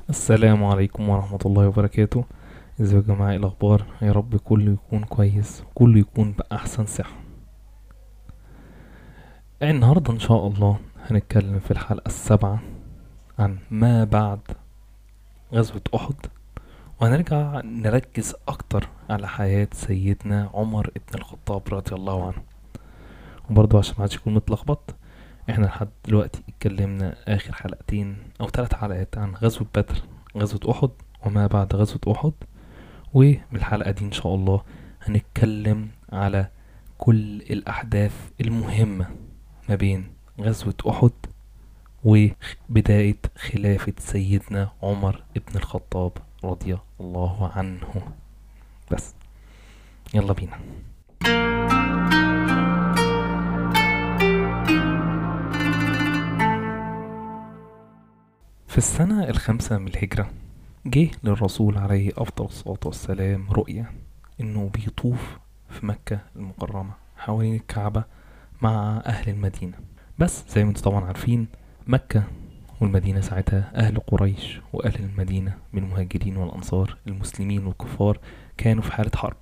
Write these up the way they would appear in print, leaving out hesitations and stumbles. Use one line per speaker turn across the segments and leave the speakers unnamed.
السلام عليكم ورحمة الله وبركاته. ازيكم يا جماعة؟ ايه الأخبار؟ يا رب كله يكون كويس وكله يكون بأحسن صحة. النهاردة إن شاء الله هنتكلم في الحلقة السابعة عن ما بعد غزوة أحد، وهنرجع نركز أكتر على حياة سيدنا عمر بن الخطاب رضي الله عنه. وبرضه عشان محدش يكون متلخبط، احنا لحد دلوقتي اتكلمنا آخر حلقتين أو 3 حلقات عن غزوة بدر، غزوة أحد، وما بعد غزوة أحد. وبالحلقة دي إن شاء الله هنتكلم على كل الأحداث المهمة ما بين غزوة أحد وبداية خلافة سيدنا عمر بن الخطاب رضي الله عنه. بس يلا بينا. في السنة الخامسة من الهجرة جه للرسول عليه أفضل الصلاة والسلام رؤية إنه بيطوف في مكة المكرمة حوالين الكعبة مع أهل المدينة. بس زي ما انتم طبعا عارفين، مكة والمدينة ساعتها أهل قريش وأهل المدينة من المهاجرين والأنصار المسلمين والكفار كانوا في حالة حرب.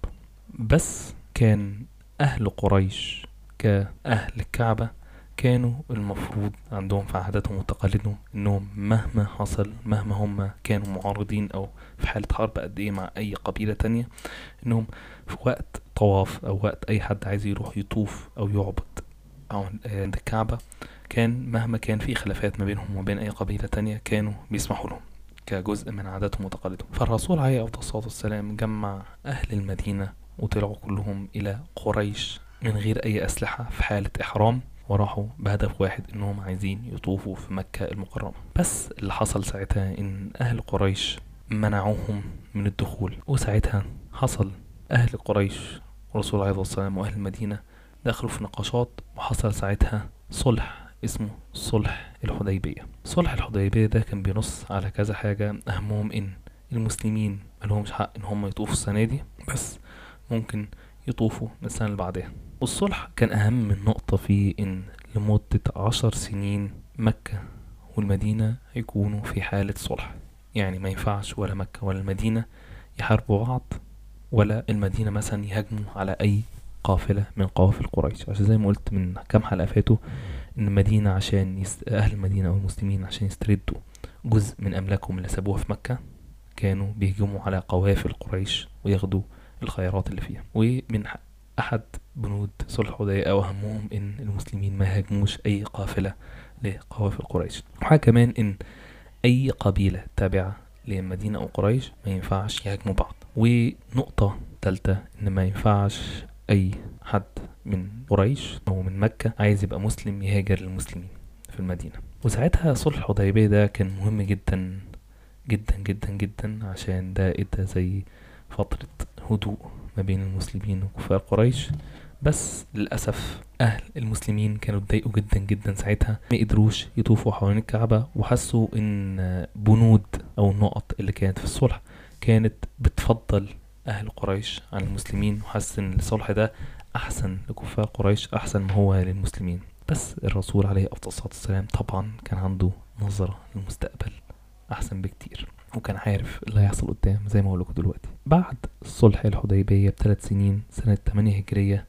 بس كان أهل قريش كأهل الكعبة كانوا المفروض عندهم في عاداتهم وتقاليدهم انهم مهما حصل، مهما هم كانوا معارضين او في حالة حرب قد ايه مع اي قبيلة تانية، انهم في وقت طواف او وقت اي حد عايز يروح يطوف او يعبد او عند الكعبة، كان مهما كان في خلافات ما بينهم وبين اي قبيلة تانية كانوا بيسمحوا لهم كجزء من عاداتهم وتقاليدهم. فالرسول عليه افضل الصلاة والسلام جمع اهل المدينة وطلعوا كلهم الى قريش من غير اي اسلحة في حالة احرام، وراحوا بهدف واحد انهم عايزين يطوفوا في مكة المكرمة. بس اللي حصل ساعتها ان اهل قريش منعوهم من الدخول، وساعتها حصل اهل قريش والرسول عليه الصلاة والسلام واهل المدينة دخلوا في نقاشات، وحصل ساعتها صلح اسمه صلح الحديبية. صلح الحديبية ده كان بينص على كذا حاجة، أهمهم إن المسلمين ملهمش حق إن هم يطوفوا السنة دي، بس ممكن يطوفوا من السنة اللي بعدها. والصلح كان أهم نقطة فيه إن لمدة 10 سنين مكة والمدينة هيكونوا في حالة صلح، يعني ما ينفعش ولا مكة ولا المدينة يحاربوا بعض، ولا المدينة مثلا يهاجموا على أي قافلة من قوافل قريش. عشان زي ما قلت من كام حلقة فاتوا، ان المدينة عشان اهل المدينة او المسلمين عشان يستردوا جزء من املاكهم اللي سابوها في مكة، كانوا بيهجموا على قوافل قريش وياخدوا الخيرات اللي فيها. ومن احد بنود صلح الحديبية او اهمهم ان المسلمين ما يهاجموش اي قافلة لقوافل قريش. وحاجة كمان ان اي قبيلة تابعة للمدينة او قريش ما ينفعش يهاجموا بعض. ونقطة تالتة ان ما ينفعش اي حد من قريش او من مكة عايز يبقى مسلم يهاجر للمسلمين في المدينة. وساعتها صلح الحديبية ده كان مهم جدا جدا جدا جدا، عشان ده ادى زي فترة هدوء ما بين المسلمين وكفار قريش. بس للأسف أهل المسلمين كانوا اتضايقوا جدا جدا ساعتها، ما قدروش يطوفوا حوالين الكعبة، وحسوا إن بنود أو النقط اللي كانت في الصلح كانت بتفضل أهل قريش عن المسلمين، وحس إن الصلح ده أحسن لكفار قريش أحسن ما هو للمسلمين. بس الرسول عليه أفضل الصلاة والسلام طبعا كان عنده نظرة للمستقبل أحسن بكتير، وكان عارف اللي هيحصل قدام. زي ما أقولكوا دلوقتي، بعد صلح الحديبية ب3 سنين سنة 8 هجرية،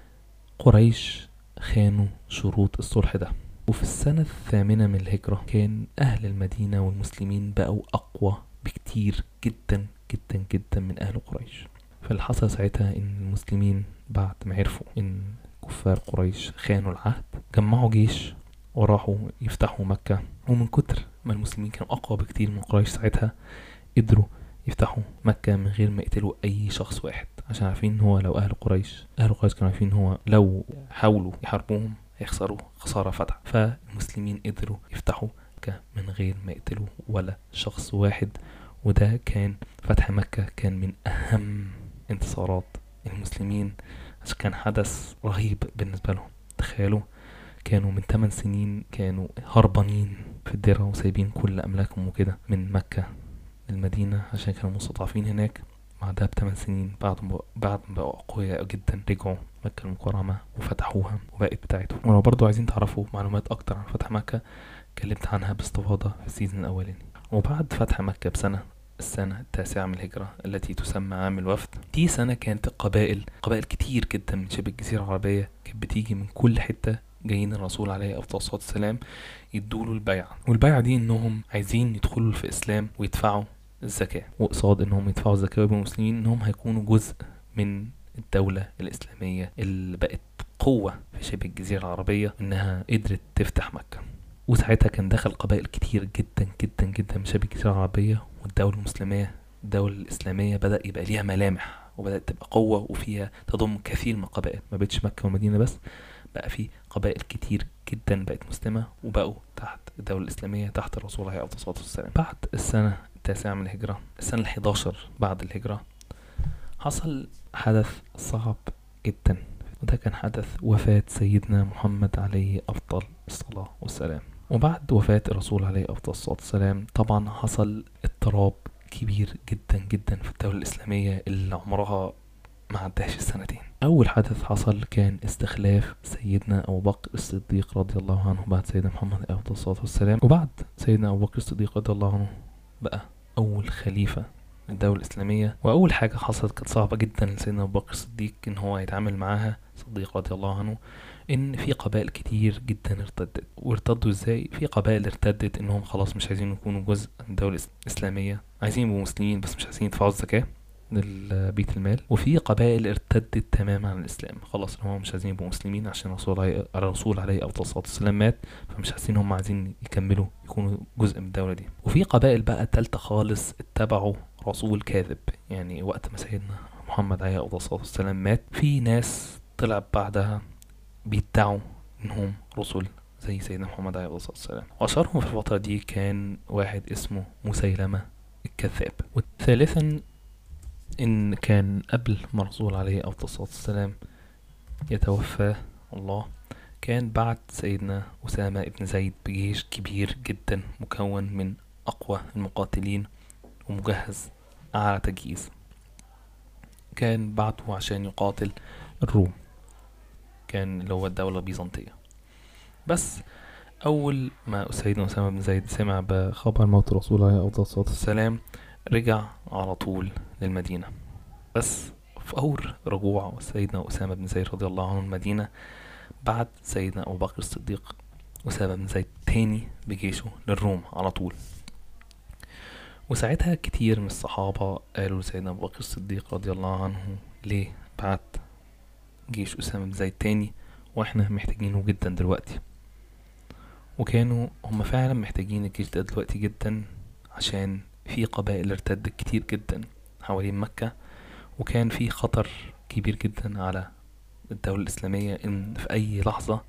قريش خانوا شروط الصلح ده. وفي السنة الثامنة من الهجرة كان أهل المدينة والمسلمين بقوا أقوى بكتير جدا جدا جدا من أهل قريش. فاللي حصل ساعتها إن المسلمين بعد ما عرفوا إن كفار قريش خانوا العهد، جمعوا جيش وراحوا يفتحوا مكة. ومن كتر ما المسلمين كانوا أقوى بكتير من قريش ساعتها، قدروا يفتحوا مكة من غير ما يقتلوا أي شخص واحد، عشان عارفين إن هو لو أهل قريش كانوا عارفين إن هو لو حاولوا يحاربوهم هيخسروا خسارة فادحة. فالمسلمين قدروا يفتحوا مكة من غير ما يقتلوا ولا شخص واحد. وده كان فتح مكة كان من أهم انتصارات المسلمين، عشان كان حدث رهيب بالنسبة لهم. تخيلوا كانوا من 8 سنين كانوا هربانين في الدرة وسايبين كل أملاكهم وكده من مكة المدينة عشان كانوا مستضعفين هناك. بعدها ب8 سنين بعد ما بقوا أقوياء جدا رجعوا مكة المكرمة وفتحوها وبقت بتاعتهم. ولو برضو عايزين تعرفوا معلومات أكتر عن فتح مكة، اتكلمت عنها باستفاضة في السيزون الأولاني. وبعد فتح مكة بسنة، السنة التاسعة من الهجرة التي تسمى عام الوفد، دي سنة كانت قبائل كتير جدا من شبه الجزيرة العربية كانت بتيجي من كل حتة، جايين الرسول عليه أفضل الصلاة والسلام يدوله البيعة. والبيعة دي إنهم عايزين يدخلوا في الإسلام ويدفعوا الزكاة، وقصاد إنهم يدفعوا الزكاة ويبقوا مسلمين إنهم هيكونوا جزء من الدولة الإسلامية اللي بقت قوة في شبه الجزيرة العربية، إنها قدرت تفتح مكة. وساعتها كان دخل قبائل كتير جدا جدا جدا من شبه الجزيرة العربية، والدولة المسلمية الدولة الإسلامية بدأ يبقى ليها ملامح وبدأت تبقى قوة، وفيها تضم كثير من القبائل، ما بقتش مكة والمدينة بس، بقى في قبائل كتير جدا بقت مسلمة وبقوا تحت الدولة الإسلامية تحت الرسول عليه أفضل الصلاة والسلام. بعد السنة التاسعة من الهجرة، السنة ال11 بعد الهجرة، حصل حدث صعب جدا، وده كان حدث وفاة سيدنا محمد عليه أفضل الصلاة والسلام. وبعد وفاة الرسول عليه أفضل الصلاة والسلام طبعا حصل اضطراب كبير جدا جدا في الدولة الإسلامية اللي عمرها ما عداش السنتين. أول حدث حصل كان استخلاف سيدنا أبو بكر الصديق رضي الله عنه بعد سيدنا محمد عليه أفضل الصلاة والسلام. وبعد سيدنا أبو بكر الصديق رضي الله عنه بقى أول خليفة الدولة الإسلامية. وأول حاجة حصلت كانت صعبة جدا لسيدنا أبو بكر الصديق إن هو يتعامل معاها، صديق رضي الله عنه، إن في قبائل كتير جدا ارتدت. وارتدوا إزاي؟ في قبائل ارتدت إنهم خلاص مش عايزين يكونوا جزء من الدولة الإسلامية، عايزين يبقوا مسلمين بس مش عايزين يدفعوا الزكاة للبيت المال. وفي قبائل ارتدت تماما عن الإسلام، خلاص إن هم مش عايزين يبقوا مسلمين عشان الرسول عليه أفضل الصلاة والسلام مات، فمش حاسين هم عايزين يكملوا يكونوا جزء من الدولة دي. وفي قبائل بقى تالتة خالص اتبعوا رسول كاذب، يعني وقت ما سيدنا محمد عليه أفضل الصلاة والسلام مات، في ناس طلع بعدها بيدعوا إنهم رسل زي سيدنا محمد عليه الصلاة والسلام. وأشهرهم في الفترة دي كان واحد اسمه مسيلمة الكذاب. وثالثا، إن كان قبل ما الرسول عليه أفضل الصلاة والسلام يتوفى الله، كان بعت سيدنا أسامة ابن زيد بجيش كبير جدا مكون من أقوى المقاتلين ومجهز أعلى تجهيز، كان بعته عشان يقاتل الروم، كان اللي هو الدولة البيزنطية. بس أول ما سيدنا أسامة بن زيد سمع بخبر موت الرسول عليه أفضل الصلاة والسلام رجع على طول للمدينة. بس فور رجوع سيدنا أسامة بن زيد رضي الله عنه المدينة، بعت سيدنا أبو بكر الصديق أسامة بن زيد تاني بجيشه للروم على طول. وساعتها كتير من الصحابة قالوا لسيدنا أبو بكر الصديق رضي الله عنه ليه بعت جيش أسامة بن زيد تاني واحنا محتاجينه جدا دلوقتي. وكانوا هم فعلا محتاجين الجيش ده دلوقتي جدا، عشان في قبائل ارتدت كتير جدا حوالين مكة، وكان في خطر كبير جدا على الدولة الإسلامية إن في أي لحظة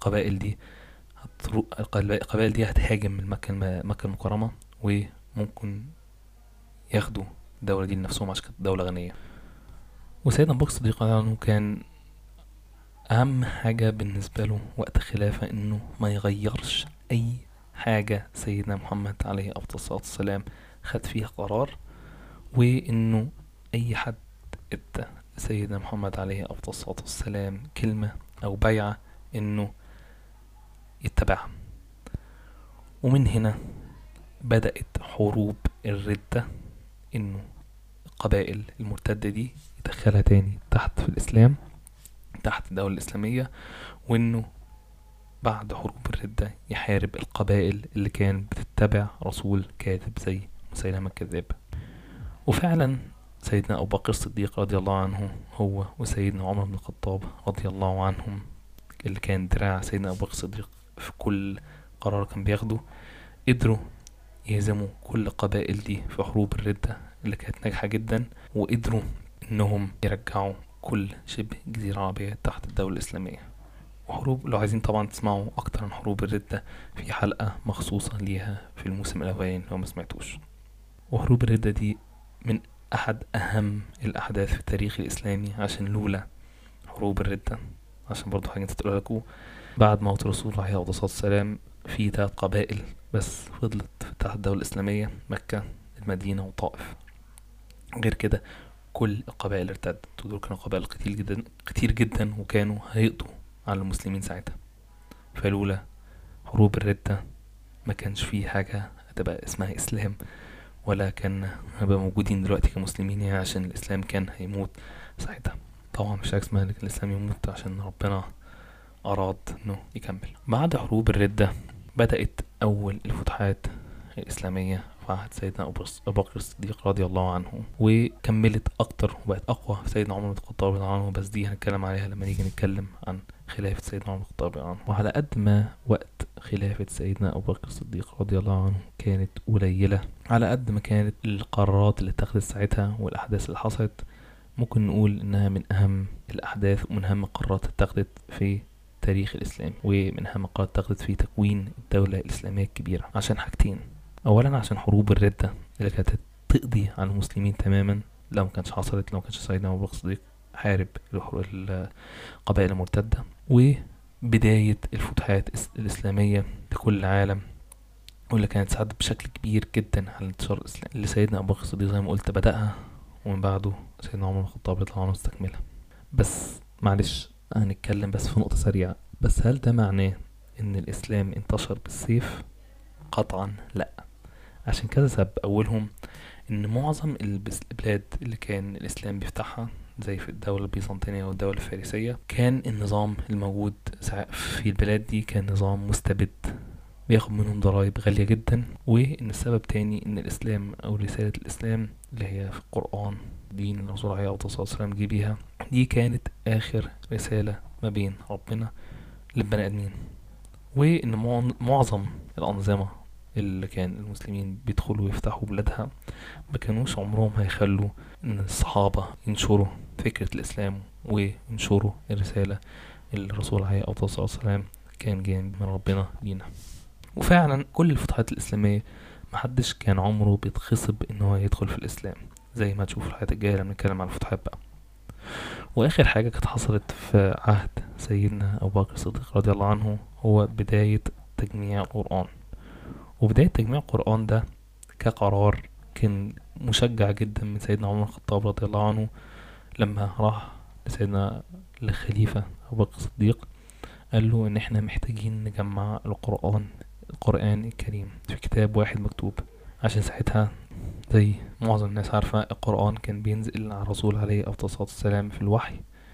القبائل دي هتهاجم من مكة المكرمة، وممكن ياخدوا الدولة دي لنفسهم عشان كانت دولة غنية. وسيدنا أبو بكر الصديق رضي الله عنه كان أهم حاجة بالنسبة له وقت خلافة إنه ما يغيرش أي حاجة سيدنا محمد عليه أفضل الصلاة والسلام خد فيها قرار، وإنه أي حد ادى سيدنا محمد عليه أفضل الصلاة والسلام كلمة أو بيعة إنه يتبعها. ومن هنا بدأت حروب الردة، إنه القبائل المرتدة دي يدخلها تاني تحت في الإسلام تحت الدولة الإسلامية، وإنه بعد حروب الردة يحارب القبائل اللي كانت بتتبع رسول كاذب زي مسيلمة الكذاب. وفعلا سيدنا أبو بكر الصديق رضي الله عنه هو وسيدنا عمر بن الخطاب رضي الله عنهم اللي كان دراع سيدنا أبو بكر الصديق في كل قرار كان بياخده، قدروا يهزموا كل القبائل دي في حروب الردة اللي كانت ناجحة جدا، وقدروا إنهم يرجعوا كل شبه الجزيرة العربية تحت الدولة الإسلامية. وحروب لو عايزين طبعا تسمعوا أكتر عن حروب الردة في حلقة مخصوصة ليها في الموسم الأولاني لو ما سمعتوش. وحروب الردة دي من أحد أهم الأحداث في التاريخ الإسلامي، عشان لولا حروب الردة، عشان برضو حاجة تتقول لكم، بعد موت الرسول عليه الصلاة والسلام في 3 قبائل بس فضلت تحت الدولة الإسلامية: مكة، المدينة، وطائف. غير كده كل القبائل ارتدت، ودول كانوا قبائل كتير جدا كتير جدا، وكانوا هيقضوا على المسلمين ساعتها. فلولا حروب الردة ما كانش فيه حاجة هتبقى اسمها إسلام، ولا كان هنبقى موجودين دلوقتي كمسلمين يعني عشان الإسلام كان هيموت ساعتها. طبعا مش حاجة اسمها الإسلام يموت، عشان ربنا أراد إنه يكمل. بعد حروب الردة بدأت أول الفتوحات الإسلامية في عهد سيدنا أبو بكر الصديق رضي الله عنه، وكملت أكتر وبقت أقوى في سيدنا عمر بن الخطاب رضي الله عنه، بس دي هنتكلم عليها لما نيجي نتكلم عن خلافة سيدنا عمر بن الخطاب رضي الله عنه. وعلى قد ما وقت خلافة سيدنا أبو بكر الصديق رضي الله عنه كانت قليلة، على قد ما كانت القرارات اللي اتخذت ساعتها والأحداث اللي حصلت ممكن نقول إنها من أهم الأحداث ومن أهم القرارات اللي اتخذت في تاريخ الإسلام، ومن أهم القرارات اتخذت في تكوين الدولة الإسلامية الكبيرة، عشان حاجتين. أولا عشان حروب الردة اللي كانت تقضي على المسلمين تماما لو ما كانش حصلت، لو ما كانش سيدنا أبو بكر الصديق حارب القبائل المرتدة، وبداية الفتوحات الإسلامية لكل العالم، واللي كانت ساعدت بشكل كبير جدا على انتشار الإسلام، اللي سيدنا أبو بكر الصديق زي ما قلت بدأها، ومن بعده سيدنا عمر بن الخطاب رضي الله عنه استكملها. بس معلش هنتكلم بس في نقطة سريعة، بس هل ده معناه إن الإسلام انتشر بالسيف؟ قطعا لأ، عشان كذا سبب. أولهم إن معظم البلاد اللي كان الإسلام بيفتحها زي في الدولة البيزنطية والدولة الفارسية، كان النظام الموجود في البلاد دي كان نظام مستبد بياخد منهم ضرائب غالية جدا. وإن السبب تاني إن الإسلام أو رسالة الإسلام اللي هي في القرآن، دين الرسول عليه الصلاة والسلام جه بيها، دي كانت آخر رسالة ما بين ربنا للبني آدمين. وإن معظم الأنظمة اللي كان المسلمين بيدخلوا يفتحوا بلادها ما كانوش عمرهم هيخلوا إن الصحابة ينشروا فكرة الإسلام وينشروا الرسالة اللي الرسول عليه الصلاة والسلام كان جاي من ربنا لينا. وفعلا كل الفتوحات الإسلامية محدش كان عمره بيتخصب إن هو يدخل في الإسلام، زي ما تشوف الحلقات الجاية لما نتكلم عن الفتوحات بقى. وآخر حاجة كانت حصلت في عهد سيدنا أبو بكر الصديق رضي الله عنه هو بداية تجميع القرآن. وبداية تجميع القرآن ده كقرار كان مشجع جدا من سيدنا عمر بن الخطاب رضي الله عنه، لما راح لسيدنا الخليفة أبو بكر الصديق قال له إن إحنا محتاجين نجمع القرآن الكريم في كتاب واحد مكتوب، عشان ساعتها زي معظم الناس عارفة القرآن كان بينزل على الرسول عليه الصلاة والسلام في الوحي،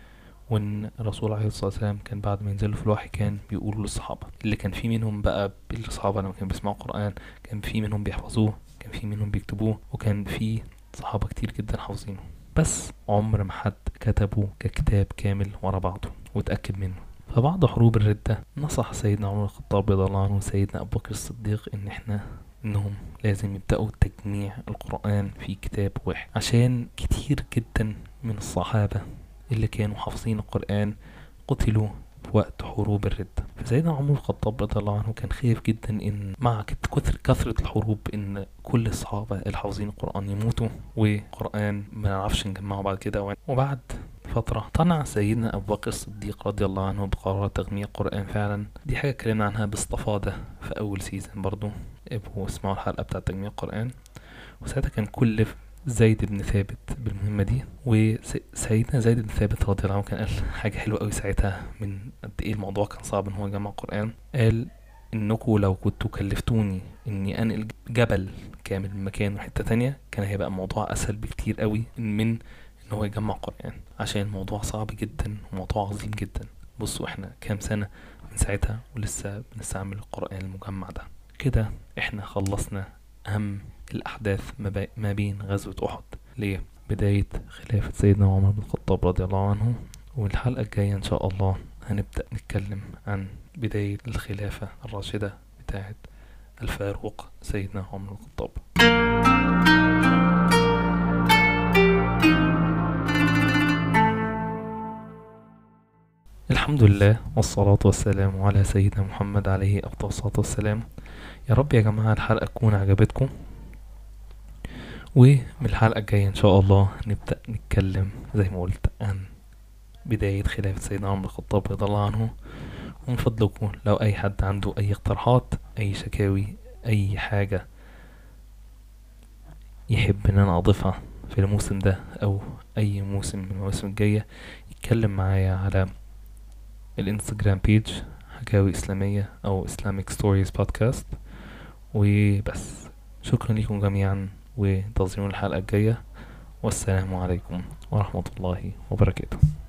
وان الرسول عليه الصلاة والسلام كان بعد ما ينزل في الوحي كان بيقول للصحابة، اللي كان في منهم بقى الصحابة لما كانوا بيسمعوا القرآن كان في منهم بيحفظوه، كان في منهم بيكتبوه، وكان في صحابة كتير جدا حافظينه، بس عمر ما حد كتبه ككتاب كامل ورا بعضه وتأكد منه. فبعد حروب الردة نصح سيدنا عمر الخطاب رضي الله عنه وسيدنا أبو بكر الصديق إنهم لازم يبدأوا تجميع القرآن في كتاب واحد، عشان كتير جدا من الصحابة اللي كانوا حافظين القرآن قتلوا في وقت حروب الردة. فسيدنا عمر الخطاب رضي الله عنه كان خايف جدا إن مع كثرة الحروب إن كل الصحابة اللي حافظين القرآن يموتوا والقرآن ما نعرفش نجمعه بعد كده. وبعد فترة اقتنع سيدنا أبو بكر الصديق رضي الله عنه بقرار تجميع القرآن فعلا. دي حاجة اتكلمنا عنها باستفاضة في أول سيزن برضو، ابقوا اسمعوا الحلقة بتاعة تجميع القرآن. وساعتها كان كل زيد بن ثابت بالمهمة دي، وسيدنا زيد بن ثابت رضي الله عنه كان قال حاجة حلوة قوي ساعتها من قد ايه الموضوع كان صعب ان هو يجمع القرآن. قال انكم لو كنتوا كلفتوني اني انقل جبل كامل من مكان لحتة تانية كان هيبقى الموضوع اسهل بكتير قوي من ان هو يجمع قرآن، عشان الموضوع صعب جدا وموضوع عظيم جدا. بصوا احنا كام سنة من ساعتها ولسه بنستعمل القرآن المجمع ده. كده احنا خلصنا اهم الأحداث ما بين غزوة أحد لبداية خلافة سيدنا عمر بن الخطاب رضي الله عنه. والحلقة الجاية إن شاء الله هنبدأ نتكلم عن بداية الخلافة الراشدة بتاعة الفاروق سيدنا عمر بن الخطاب. الحمد لله والصلاة والسلام على سيدنا محمد عليه أفضل الصلاة والسلام. يا رب يا جماعة الحلقة تكون عجبتكم، ومن الحلقة الجاية ان شاء الله نبدأ نتكلم زي ما قلت عن بداية خلافة سيدنا عمر بن الخطاب رضي الله عنه. ومن فضلكم لو اي حد عنده اي اقتراحات، اي شكاوي، اي حاجة يحب ان انا اضيفها في الموسم ده او اي موسم من المواسم الجاية، يتكلم معايا على الانستجرام بيج حكاوي اسلامية او Islamic Stories Podcast. وبس شكرا لكم جميعا، وانتظروا الحلقة الجاية. والسلام عليكم ورحمة الله وبركاته.